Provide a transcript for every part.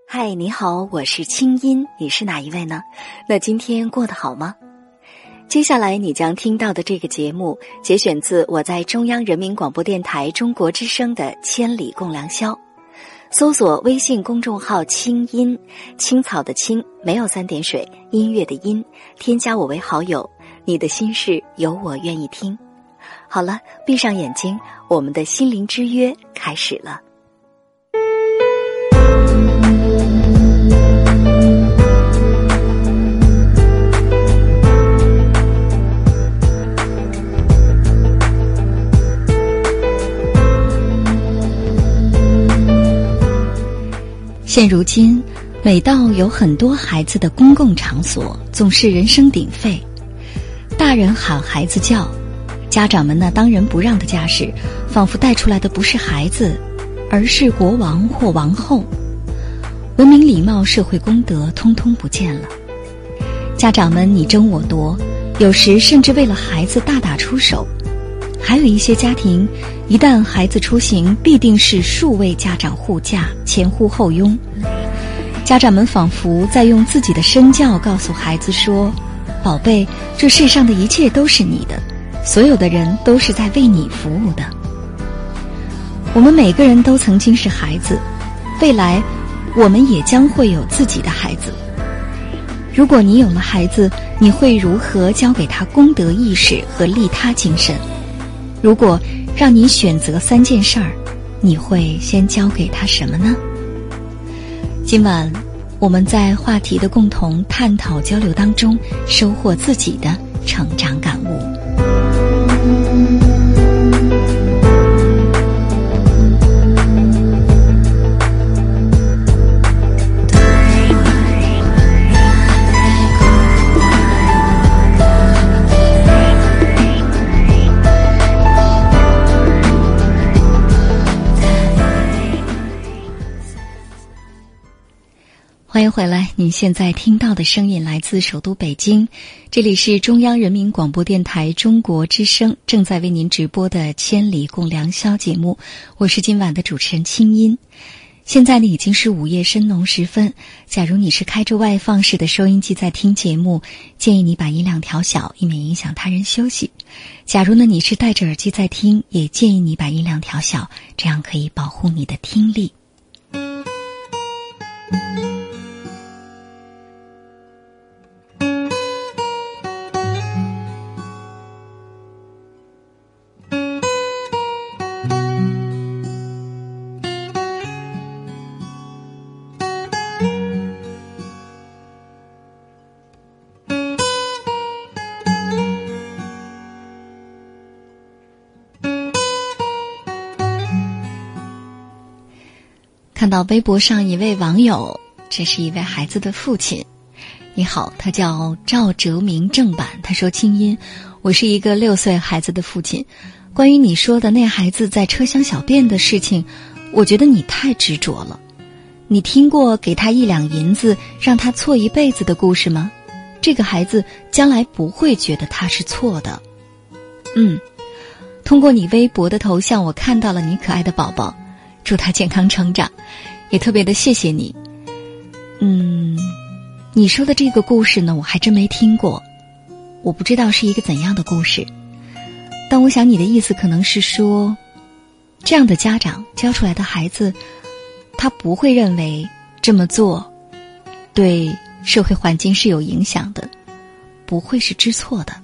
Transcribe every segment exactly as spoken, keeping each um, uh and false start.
嗨，你好，我是清音，你是哪一位呢？那今天过得好吗？接下来你将听到的这个节目节选自我在中央人民广播电台中国之声的《千里共良宵》，搜索微信公众号清音，青草的青，没有三点水，音乐的音，添加我为好友，你的心事有我愿意听。好了，闭上眼睛，我们的心灵之约开始了。现如今，每到有很多孩子的公共场所，总是人声鼎沸，大人喊孩子叫，家长们那当仁不让的架势，仿佛带出来的不是孩子，而是国王或王后。文明礼貌、社会公德通通不见了。家长们你争我夺，有时甚至为了孩子大打出手。还有一些家庭，一旦孩子出行，必定是数位家长护驾，前呼后拥。家长们仿佛在用自己的身教告诉孩子说，宝贝，这世上的一切都是你的，所有的人都是在为你服务的。我们每个人都曾经是孩子，未来我们也将会有自己的孩子。如果你有了孩子，你会如何教给他公德意识和利他精神？如果让你选择三件事儿，你会先教给他什么呢？今晚我们在话题的共同探讨交流当中，收获自己的成长感悟。欢迎回来，您现在听到的声音来自首都北京，这里是中央人民广播电台中国之声，正在为您直播的千里共良宵节目，我是今晚的主持人清音。现在呢已经是午夜深浓时分，假如你是开着外放式的收音机在听节目，建议你把音量调小，以免影响他人休息。假如呢你是戴着耳机在听，也建议你把音量调小，这样可以保护你的听力。看到微博上一位网友，这是一位孩子的父亲。你好，他叫赵哲明正版。他说，清音，我是一个六岁孩子的父亲，关于你说的那孩子在车厢小便的事情，我觉得你太执着了。你听过给他一两银子让他错一辈子的故事吗？这个孩子将来不会觉得他是错的。嗯，通过你微博的头像，我看到了你可爱的宝宝，祝他健康成长，也特别的谢谢你。嗯，你说的这个故事呢，我还真没听过，我不知道是一个怎样的故事。但我想你的意思可能是说，这样的家长教出来的孩子，他不会认为这么做对社会环境是有影响的，不会是知错的。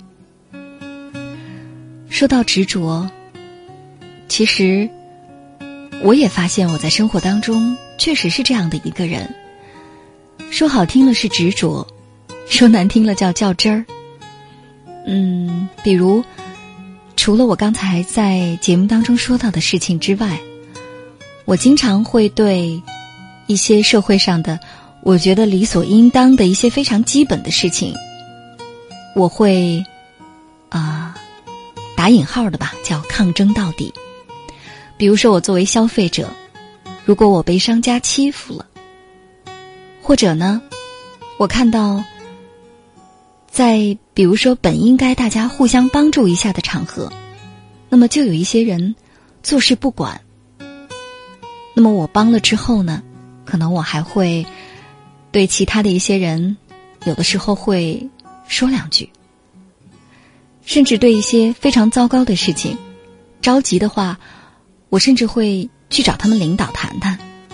说到执着，其实我也发现我在生活当中确实是这样的一个人，说好听了是执着，说难听了叫较真儿。嗯，比如除了我刚才在节目当中说到的事情之外，我经常会对一些社会上的我觉得理所应当的一些非常基本的事情，我会啊、呃、打引号的吧，叫抗争到底。比如说我作为消费者，如果我被商家欺负了，或者呢我看到在比如说本应该大家互相帮助一下的场合，那么就有一些人坐视不管，那么我帮了之后呢， 可能我还会对其他的一些人有的时候会说两句，甚至对一些非常糟糕的事情着急的话，我甚至会去找他们领导谈谈。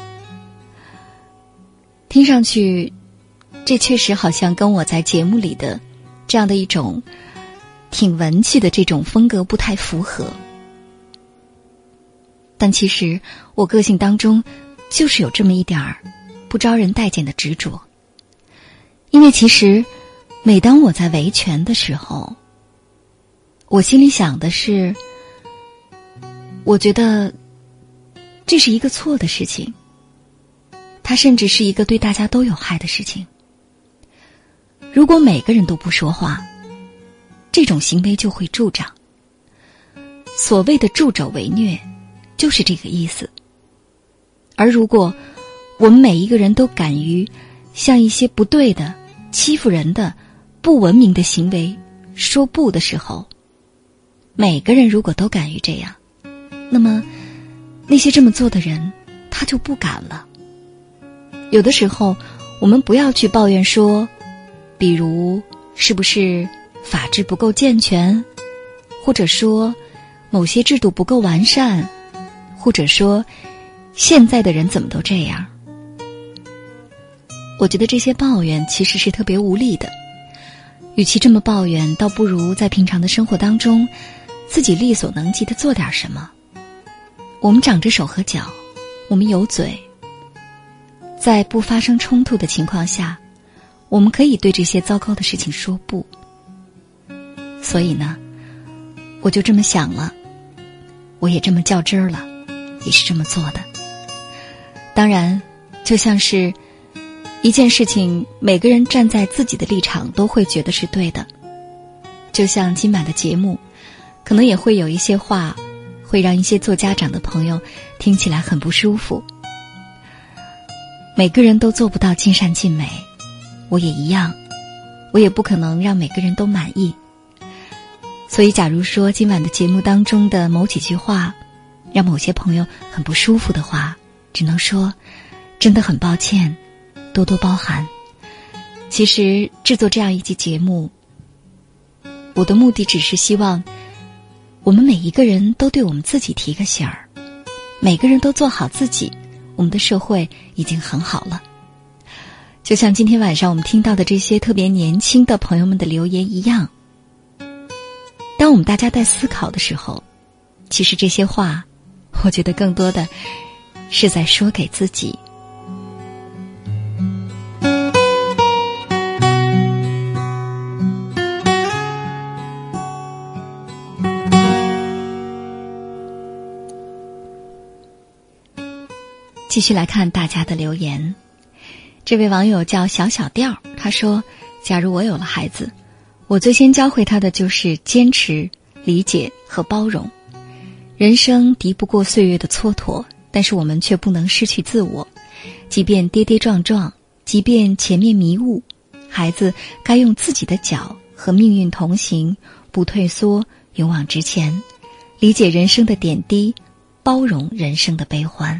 听上去这确实好像跟我在节目里的这样的一种挺文气的这种风格不太符合，但其实我个性当中就是有这么一点儿不招人待见的执着。因为其实每当我在维权的时候，我心里想的是，我觉得这是一个错的事情，它甚至是一个对大家都有害的事情。如果每个人都不说话，这种行为就会助长。所谓的助纣为虐就是这个意思。而如果我们每一个人都敢于向一些不对的、欺负人的、不文明的行为说不的时候，每个人如果都敢于这样，那么那些这么做的人他就不敢了。有的时候我们不要去抱怨说，比如是不是法治不够健全，或者说某些制度不够完善，或者说现在的人怎么都这样。我觉得这些抱怨其实是特别无力的，与其这么抱怨，倒不如在平常的生活当中自己力所能及的做点什么。我们长着手和脚，我们有嘴，在不发生冲突的情况下，我们可以对这些糟糕的事情说不。所以呢，我就这么想了，我也这么较真儿了，也是这么做的。当然，就像是一件事情，每个人站在自己的立场都会觉得是对的。就像今晚的节目，可能也会有一些话会让一些做家长的朋友听起来很不舒服。每个人都做不到尽善尽美，我也一样，我也不可能让每个人都满意。所以假如说今晚的节目当中的某几句话让某些朋友很不舒服的话，只能说真的很抱歉，多多包涵。其实制作这样一期节目，我的目的只是希望我们每一个人都对我们自己提个醒儿，每个人都做好自己，我们的社会已经很好了。就像今天晚上我们听到的这些特别年轻的朋友们的留言一样，当我们大家在思考的时候，其实这些话我觉得更多的是在说给自己。继续来看大家的留言。这位网友叫小小调，他说，假如我有了孩子，我最先教会他的就是坚持、理解和包容。人生敌不过岁月的蹉跎，但是我们却不能失去自我。即便跌跌撞撞，即便前面迷雾，孩子该用自己的脚和命运同行，不退缩，勇往直前，理解人生的点滴，包容人生的悲欢。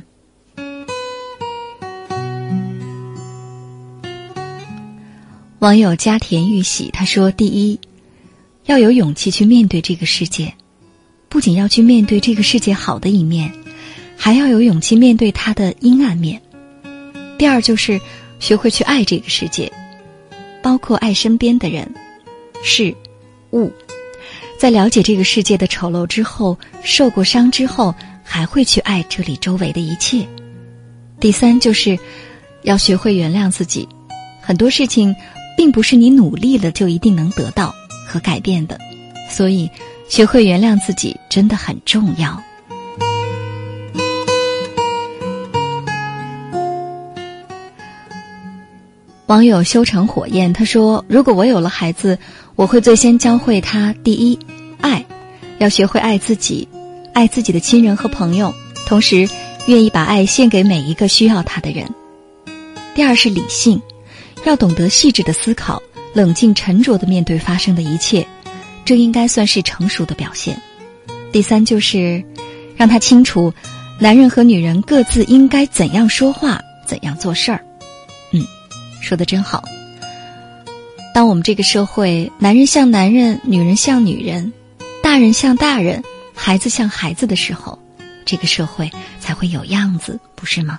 网友家田玉喜他说，第一，要有勇气去面对这个世界，不仅要去面对这个世界好的一面，还要有勇气面对它的阴暗面。第二，就是学会去爱这个世界，包括爱身边的人、事、物。在了解这个世界的丑陋之后，受过伤之后，还会去爱这里周围的一切。第三，就是要学会原谅自己，很多事情并不是你努力了就一定能得到和改变的，所以学会原谅自己真的很重要。网友修成火焰他说，如果我有了孩子，我会最先教会他，第一，爱，要学会爱自己，爱自己的亲人和朋友，同时愿意把爱献给每一个需要他的人。第二是理性，要懂得细致的思考，冷静沉着地面对发生的一切，这应该算是成熟的表现。第三就是让他清楚男人和女人各自应该怎样说话， 怎样做事儿。嗯，说得真好。当我们这个社会男人像男人，女人像女人，大人像大人，孩子像孩子的时候，这个社会才会有样子，不是吗？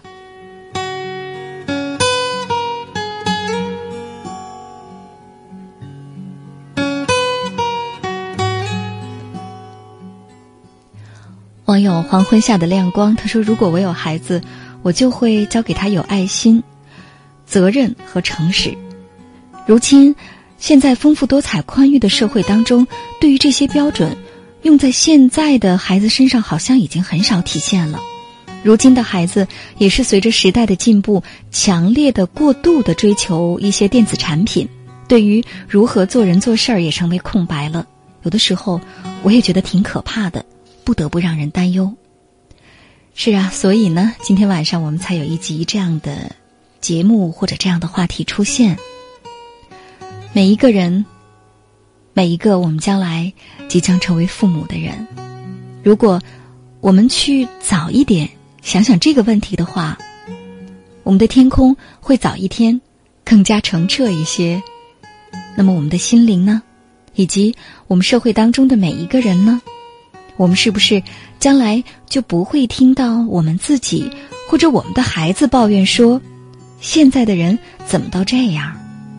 网友黄昏下的亮光，他说，如果我有孩子，我就会教给他有爱心、责任和诚实。如今现在丰富多彩宽裕的社会当中，对于这些标准用在现在的孩子身上好像已经很少体现了。如今的孩子也是随着时代的进步，强烈的过度的追求一些电子产品，对于如何做人做事儿也成为空白了。有的时候我也觉得挺可怕的，不得不让人担忧。是啊，所以呢，今天晚上我们才有一集这样的节目或者这样的话题出现。每一个人，每一个我们将来即将成为父母的人，如果我们去早一点想想这个问题的话，我们的天空会早一天更加澄澈一些。那么我们的心灵呢，以及我们社会当中的每一个人呢，我们是不是将来就不会听到我们自己或者我们的孩子抱怨说，现在的人怎么都这样？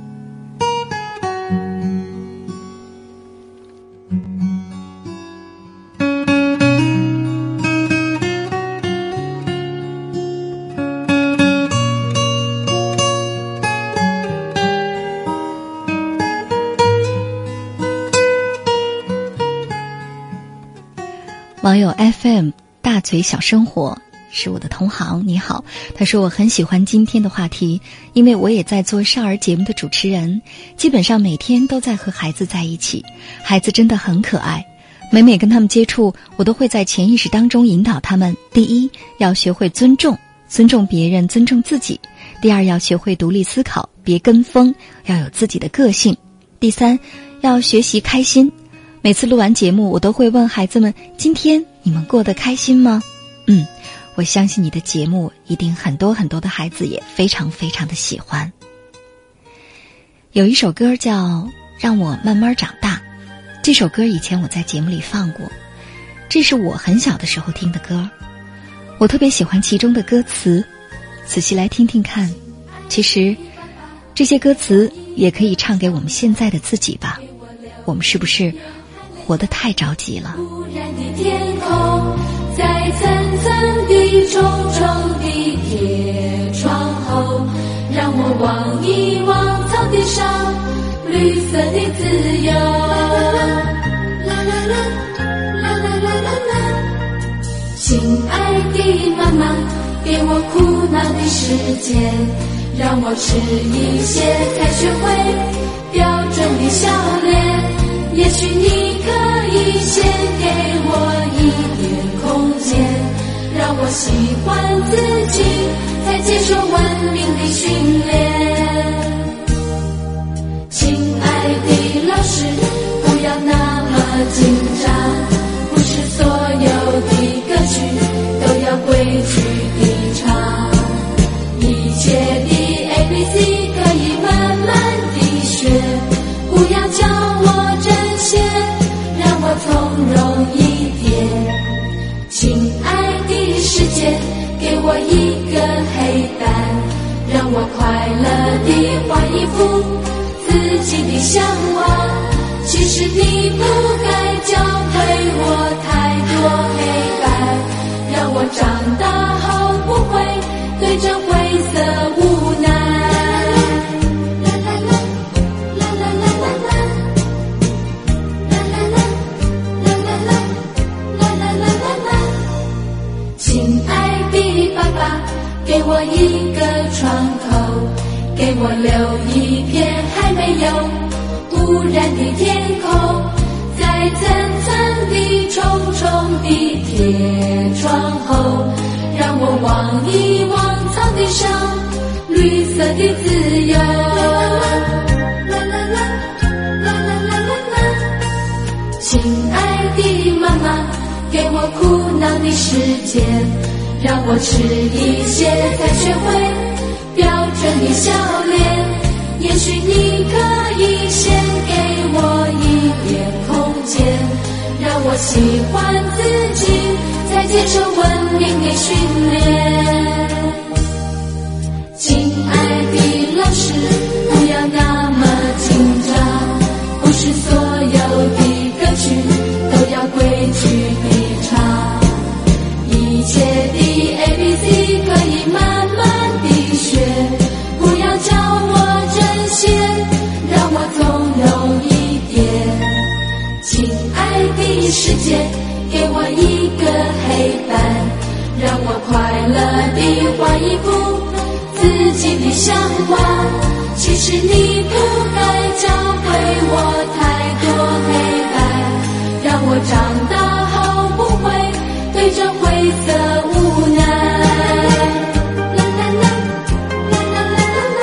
网友 F M 大嘴小生活是我的同行，你好。他说，我很喜欢今天的话题，因为我也在做少儿节目的主持人，基本上每天都在和孩子在一起，孩子真的很可爱，每每跟他们接触，我都会在潜意识当中引导他们，第一，要学会尊重，尊重别人，尊重自己；第二，要学会独立思考，别跟风，要有自己的个性；第三，要学习开心。每次录完节目，我都会问孩子们，今天你们过得开心吗？嗯，我相信你的节目一定很多很多的孩子也非常非常的喜欢。有一首歌叫《让我慢慢长大》，这首歌以前我在节目里放过，这是我很小的时候听的歌，我特别喜欢其中的歌词，仔细来听听看，其实这些歌词也可以唱给我们现在的自己吧。我们是不是活得太着急了？ 忽然的天空，在层层的重重的铁窗后，让我望一望草地上绿色的自由。啦啦啦啦啦啦啦啦，亲爱的妈妈，给我苦恼的时间，让我吃一些才学会标准的笑脸。也许你可以先给我一点空间，让我喜欢自己，才接受文明的训练。亲爱的老师，不要那么紧张，不是所有的歌曲都要规矩地唱，一切的 A B C 可以慢慢地学，不要叫我真些，让我从容一点。亲爱的世界，给我一个黑板，让我快乐地画一幅自己的向往。其实你不该教会我太多黑板，让我长大后不会对这灰色无奈。给我一个窗口，给我留一片还没有污染的天空，在层层的重重的铁窗后，让我望一望草地上绿色的自由。啦啦啦啦啦啦啦啦，亲爱的妈妈，给我苦恼的时间，让我吃一些才学会的笑脸，也许你可以先给我一点空间，让我喜欢自己，再接受文明的训练。亲爱的老师，不要那么紧张，不是所有的歌曲都要规矩的唱，一切的 A B C 可以慢慢的学，不要叫我真闲，让我总有一点。亲爱的世界，给我一个黑板，让我快乐地画一幅自己的想法。其实你不该教会我太多黑白，让我长大后不会对着灰色无奈。啦啦啦啦啦啦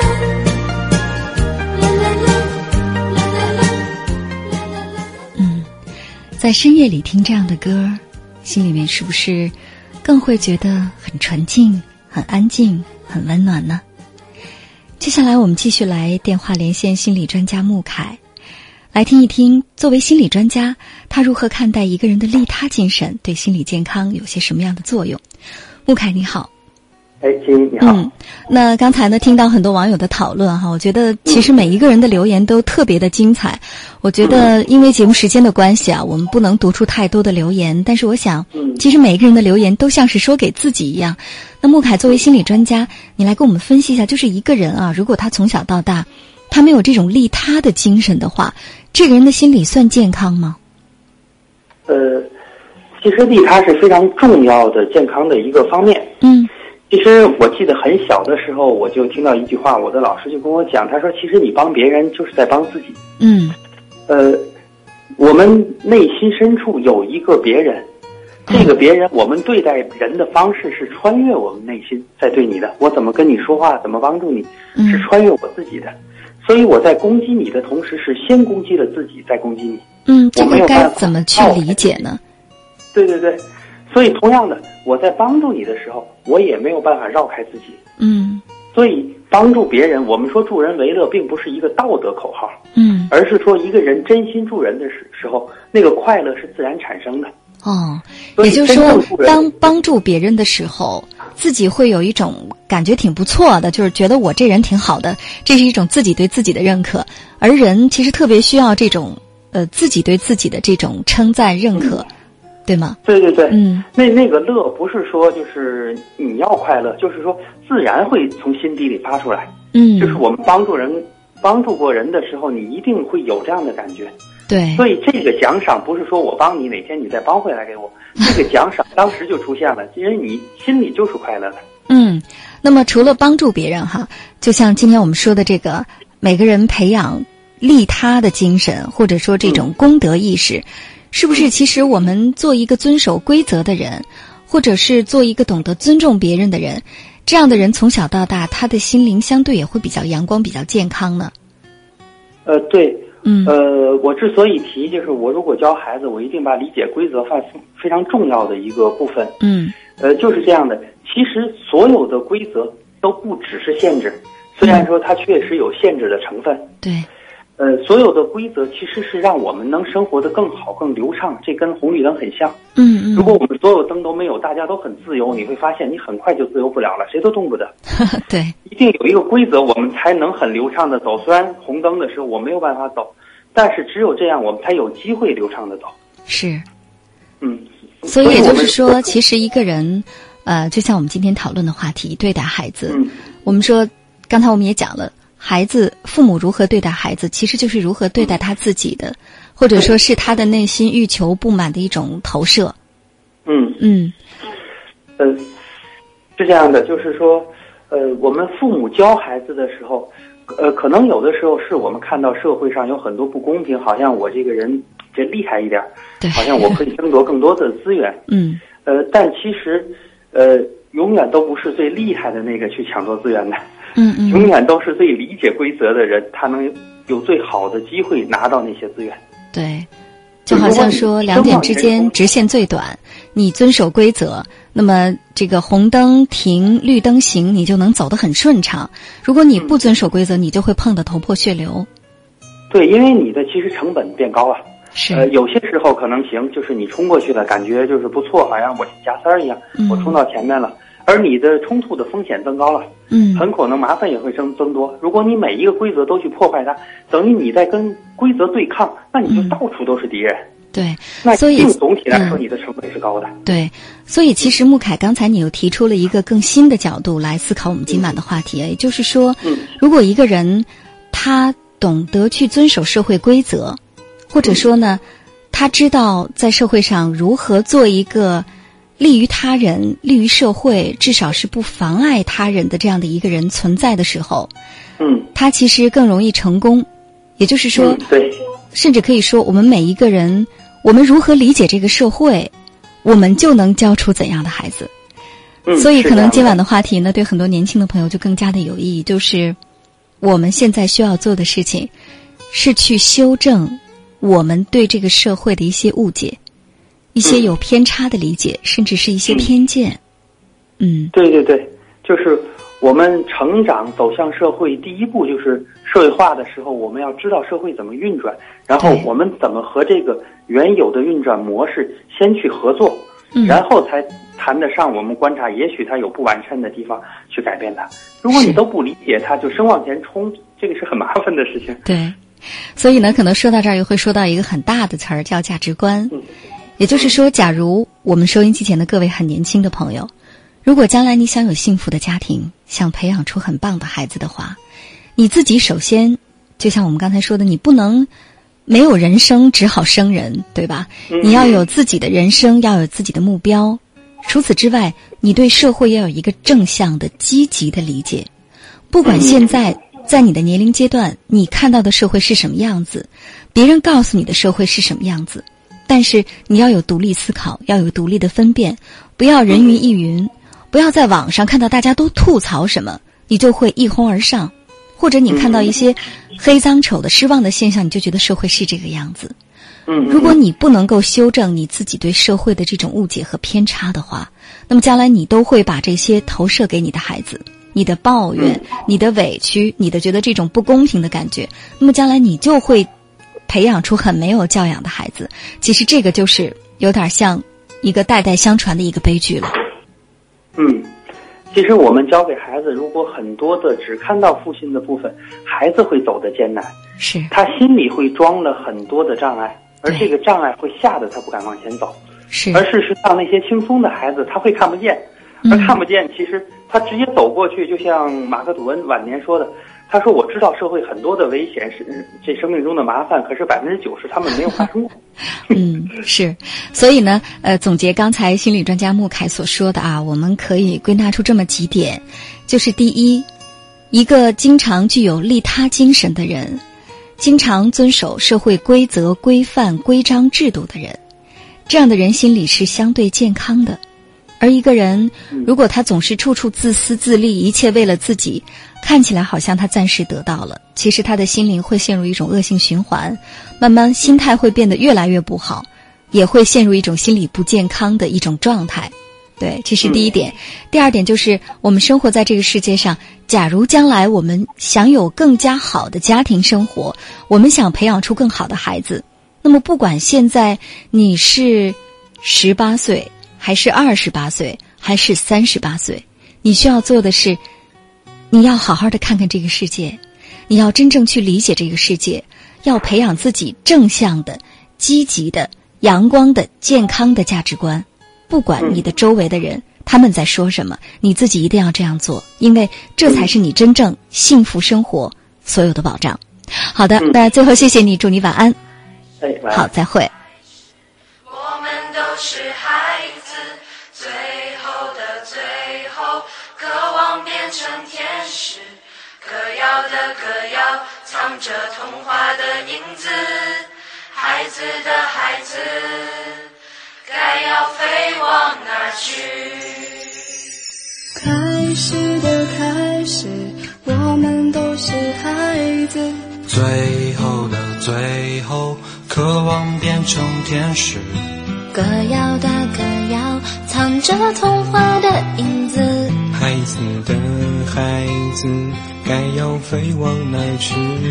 啦啦啦啦啦啦啦啦。 嗯，在深夜里听这样的歌，心里面是不是更会觉得很纯净、很安静、很温暖呢？接下来我们继续来电话连线心理专家穆凯，来听一听作为心理专家，他如何看待一个人的利他精神对心理健康有些什么样的作用。穆凯你好。 哎，金你好。 嗯，那刚才呢听到很多网友的讨论哈，我觉得其实每一个人的留言都特别的精彩。我觉得因为节目时间的关系啊，我们不能读出太多的留言，但是我想，其实每一个人的留言都像是说给自己一样。那穆凯作为心理专家，你来跟我们分析一下，就是一个人啊，如果他从小到大他没有这种利他的精神的话，这个人的心理算健康吗？ 呃，其实利他是非常重要的健康的一个方面。 嗯。 其实我记得很小的时候，我就听到一句话，我的老师就跟我讲，他说其实你帮别人就是在帮自己。 嗯。 呃，我们内心深处有一个别人，这个别人我们对待人的方式是穿越我们内心在对你的，我怎么跟你说话，怎么帮助你，是穿越我自己的。所以我在攻击你的同时，是先攻击了自己，再攻击你。 嗯，这个该怎么去理解呢？ 对对对。所以同样的，我在帮助你的时候，我也没有办法绕开自己。 嗯， 所以帮助别人，我们说助人为乐并不是一个道德口号。 嗯， 而是说一个人真心助人的时时候，那个快乐是自然产生的。 哦，也就是说当帮助别人的时候，自己会有一种感觉挺不错的，就是觉得我这人挺好的，这是一种自己对自己的认可。而人其实特别需要这种呃自己对自己的这种称赞认可。嗯，对吗？ 对对对， 嗯， 那那个乐不是说就是你要快乐，就是说自然会从心底里发出来。 嗯， 就是我们帮助人、帮助过人的时候，你一定会有这样的感觉。 对， 所以这个奖赏不是说我帮你，哪天你再帮回来给我，这个奖赏当时就出现了，因为你心里就是快乐的。 嗯，那么除了帮助别人哈，就像今天我们说的这个，每个人培养利他的精神，或者说这种公德意识。嗯，是不是其实我们做一个遵守规则的人，或者是做一个懂得尊重别人的人，这样的人从小到大他的心灵相对也会比较阳光比较健康呢？ 呃，对， 嗯， 呃，我之所以提，就是我如果教孩子，我一定把理解规则放非常重要的一个部分。 嗯， 呃，就是这样的，其实所有的规则都不只是限制，虽然说它确实有限制的成分。 对。 呃，所有的规则其实是让我们能生活得更好、更流畅，这跟红绿灯很像。 嗯嗯。 如果我们所有灯都没有，大家都很自由，你会发现你很快就自由不了了，谁都动不得。 对， 一定有一个规则，我们才能很流畅的走。虽然红灯的时候我没有办法走，但是只有这样，我们才有机会流畅的走。 是。 嗯。 所以也就是说，其实一个人，呃，就像我们今天讨论的话题，对待孩子， 嗯， 我们说，刚才我们也讲了。孩子，父母如何对待孩子，其实就是如何对待他自己的，或者说是他的内心欲求不满的一种投射。 嗯嗯， 呃，是这样的，就是说，呃，我们父母教孩子的时候，呃，可能有的时候是我们看到社会上有很多不公平，好像我这个人这厉害一点， 对， 好像我可以争夺更多的资源。 嗯， 呃，但其实，呃，永远都不是最厉害的那个去抢夺资源的。 嗯嗯， 永远都是最理解规则的人，他能有最好的机会拿到那些资源。 对，就好像说两点之间直线最短， 你遵守规则，那么这个红灯停，绿灯行，你就能走得很顺畅。如果你不遵守规则，你就会碰得头破血流。 对，因为你的其实成本变高了。 是。 呃，有些时候可能行，就是你冲过去了，感觉就是不错，好像我加塞儿一样， 嗯、 我冲到前面了。而你的冲突的风险增高了， 嗯， 很可能麻烦也会增增多。如果你每一个规则都去破坏它，等于你在跟规则对抗，那你就到处都是敌人。 嗯、对， 那所以总体来说，你的成本是高的。 嗯、对，所以其实穆凯刚才你又提出了一个更新的角度来思考我们今晚的话题，嗯、也就是说， 嗯， 如果一个人他懂得去遵守社会规则，或者说呢，他知道在社会上如何做一个利于他人、利于社会，至少是不妨碍他人的这样的一个人存在的时候， 嗯， 他其实更容易成功。也就是说， 嗯、对， 甚至可以说，我们每一个人，我们如何理解这个社会，我们就能教出怎样的孩子。 嗯， 所以可能今晚的话题呢，对很多年轻的朋友就更加的有意义，就是我们现在需要做的事情，是去修正我们对这个社会的一些误解。一些有偏差的理解，嗯、甚至是一些偏见。嗯， 对对对，就是我们成长走向社会，第一步就是社会化的时候，我们要知道社会怎么运转，然后我们怎么和这个原有的运转模式先去合作， 嗯、 然后才谈得上我们观察，也许它有不完善的地方去改变它。如果你都不理解它，就生往前冲，这个是很麻烦的事情。 对，所以呢，可能说到这儿又会说到一个很大的词儿，叫价值观。 嗯， 也就是说，假如我们收音机前的各位很年轻的朋友，如果将来你想有幸福的家庭，想培养出很棒的孩子的话，你自己首先就像我们刚才说的，你不能没有人生只好生人，对吧？你要有自己的人生，要有自己的目标。除此之外，你对社会要有一个正向的积极的理解。不管现在在你的年龄阶段，你看到的社会是什么样子，别人告诉你的社会是什么样子，但是你要有独立思考，要有独立的分辨，不要人云亦云，不要在网上看到大家都吐槽什么，你就会一哄而上，或者你看到一些黑脏丑的失望的现象，你就觉得社会是这个样子。如果你不能够修正你自己对社会的这种误解和偏差的话，那么将来你都会把这些投射给你的孩子，你的抱怨，你的委屈，你的觉得这种不公平的感觉，那么将来你就会培养出很没有教养的孩子。其实这个就是有点像一个代代相传的一个悲剧了。 嗯，其实我们教给孩子，如果很多的只看到负心的部分，孩子会走得艰难， 是他心里会装了很多的障碍，而这个障碍会吓得他不敢往前走。 是， 而事实上那些轻松的孩子他会看不见，而看不见其实他直接走过去，就像马克吐温晚年说的，他说我知道社会很多的危险是这生命中的麻烦，可是百分之九十他们没有发生过。 嗯，是，所以呢，呃，总结刚才心理专家穆凯所说的啊，我们可以归纳出这么几点，就是第一，一个经常具有利他精神的人，经常遵守社会规则、规范、规章制度的人，这样的人心理是相对健康的。而一个人如果他总是处处自私自利，一切为了自己，看起来好像他暂时得到了，其实他的心灵会陷入一种恶性循环，慢慢心态会变得越来越不好，也会陷入一种心理不健康的一种状态。对，这是第一点。第二点就是我们生活在这个世界上，假如将来我们想有更加好的家庭生活，我们想培养出更好的孩子，那么不管现在你是十八岁还是二十八岁还是三十八岁，你需要做的是，你要好好的看看这个世界，你要真正去理解这个世界，要培养自己正向的、积极的、阳光的、健康的价值观。不管你的周围的人他们在说什么，你自己一定要这样做，因为这才是你真正幸福生活所有的保障。好的，那最后谢谢你，祝你晚安。 哎，晚安。 好，再会。 我们都是孩子，最后的最后，渴望变成天使，歌谣的歌谣，藏着童话的影子，孩子的孩子，该要飞往哪去？ 开始的开始，我们都是孩子， 最后的最后，渴望变成天使， 歌谣的歌谣，藏着童话的影子。 孩子的孩子，该要飞往哪儿去？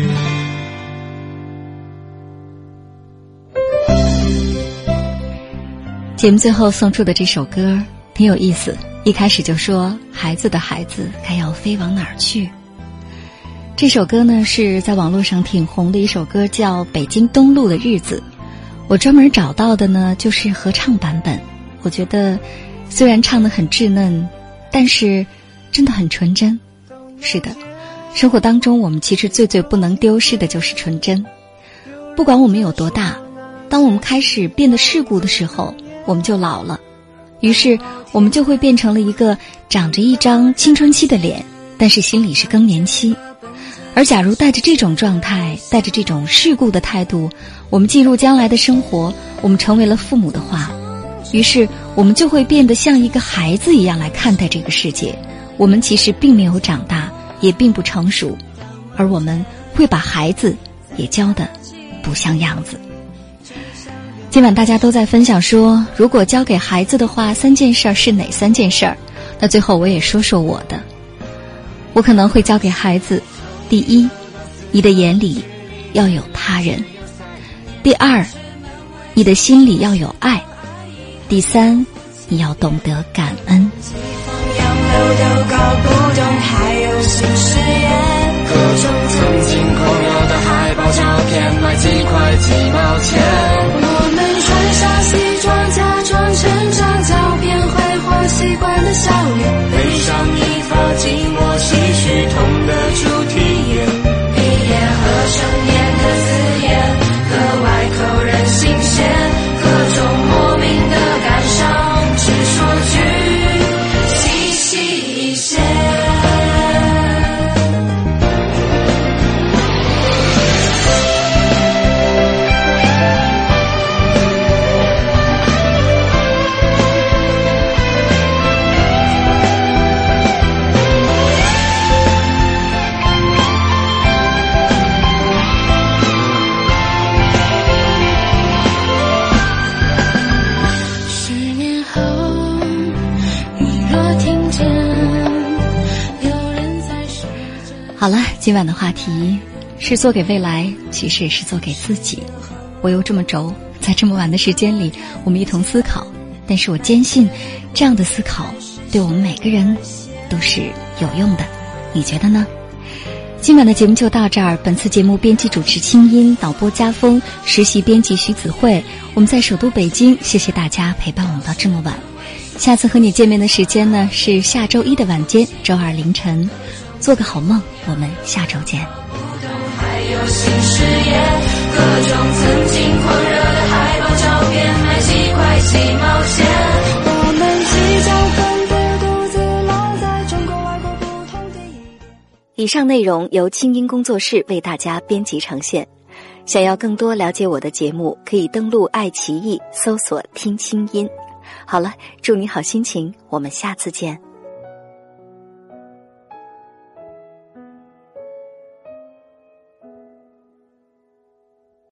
节目最后送出的这首歌挺有意思，一开始就说孩子的孩子该要飞往哪儿去。这首歌呢是在网络上挺红的一首歌，叫《北京东路的日子》。我专门找到的呢就是合唱版本，我觉得虽然唱得很稚嫩，但是真的很纯真。是的，生活当中我们其实最最不能丢失的就是纯真。不管我们有多大，当我们开始变得世故的时候，我们就老了，于是我们就会变成了一个长着一张青春期的脸，但是心里是更年期。而假如带着这种状态，带着这种世故的态度，我们进入将来的生活，我们成为了父母的话，于是我们就会变得像一个孩子一样来看待这个世界。我们其实并没有长大，也并不成熟，而我们会把孩子也教得不像样子。今晚大家都在分享说，如果教给孩子的话，三件事是哪三件事？那最后我也说说我的。我可能会教给孩子，第一，你的眼里要有他人；第二，你的心里要有爱；第三，你要懂得感恩。 都搞不懂，还有新誓言， 各种曾经朋友的海报照片，卖几块几毛钱。 我们穿上西装，假装成长，狡辩挥霍习惯的笑脸， 背上一发寂寞唏嘘痛的主题眼， 毕业和成年的字眼，格外扣人心弦，各种莫名的感伤，只说句好了，今晚的话题是做给未来，其实也是做给自己。我又这么轴，在这么晚的时间里，我们一同思考。但是我坚信，这样的思考对我们每个人都是有用的。你觉得呢？今晚的节目就到这儿。本次节目编辑主持清音，导播家风，实习编辑徐子慧。我们在首都北京，谢谢大家陪伴我们到这么晚。下次和你见面的时间呢，是下周一的晚间，周二凌晨。做个好梦，我们下周见。 还有新誓言，各种曾经狂热的海报照片，卖几块几毛钱。 我们即将分别独自老在中国外国不同地点。 以上内容由清音工作室为大家编辑呈现。想要更多了解我的节目，可以登录爱奇艺搜索听清音。好了，祝你好心情，我们下次见。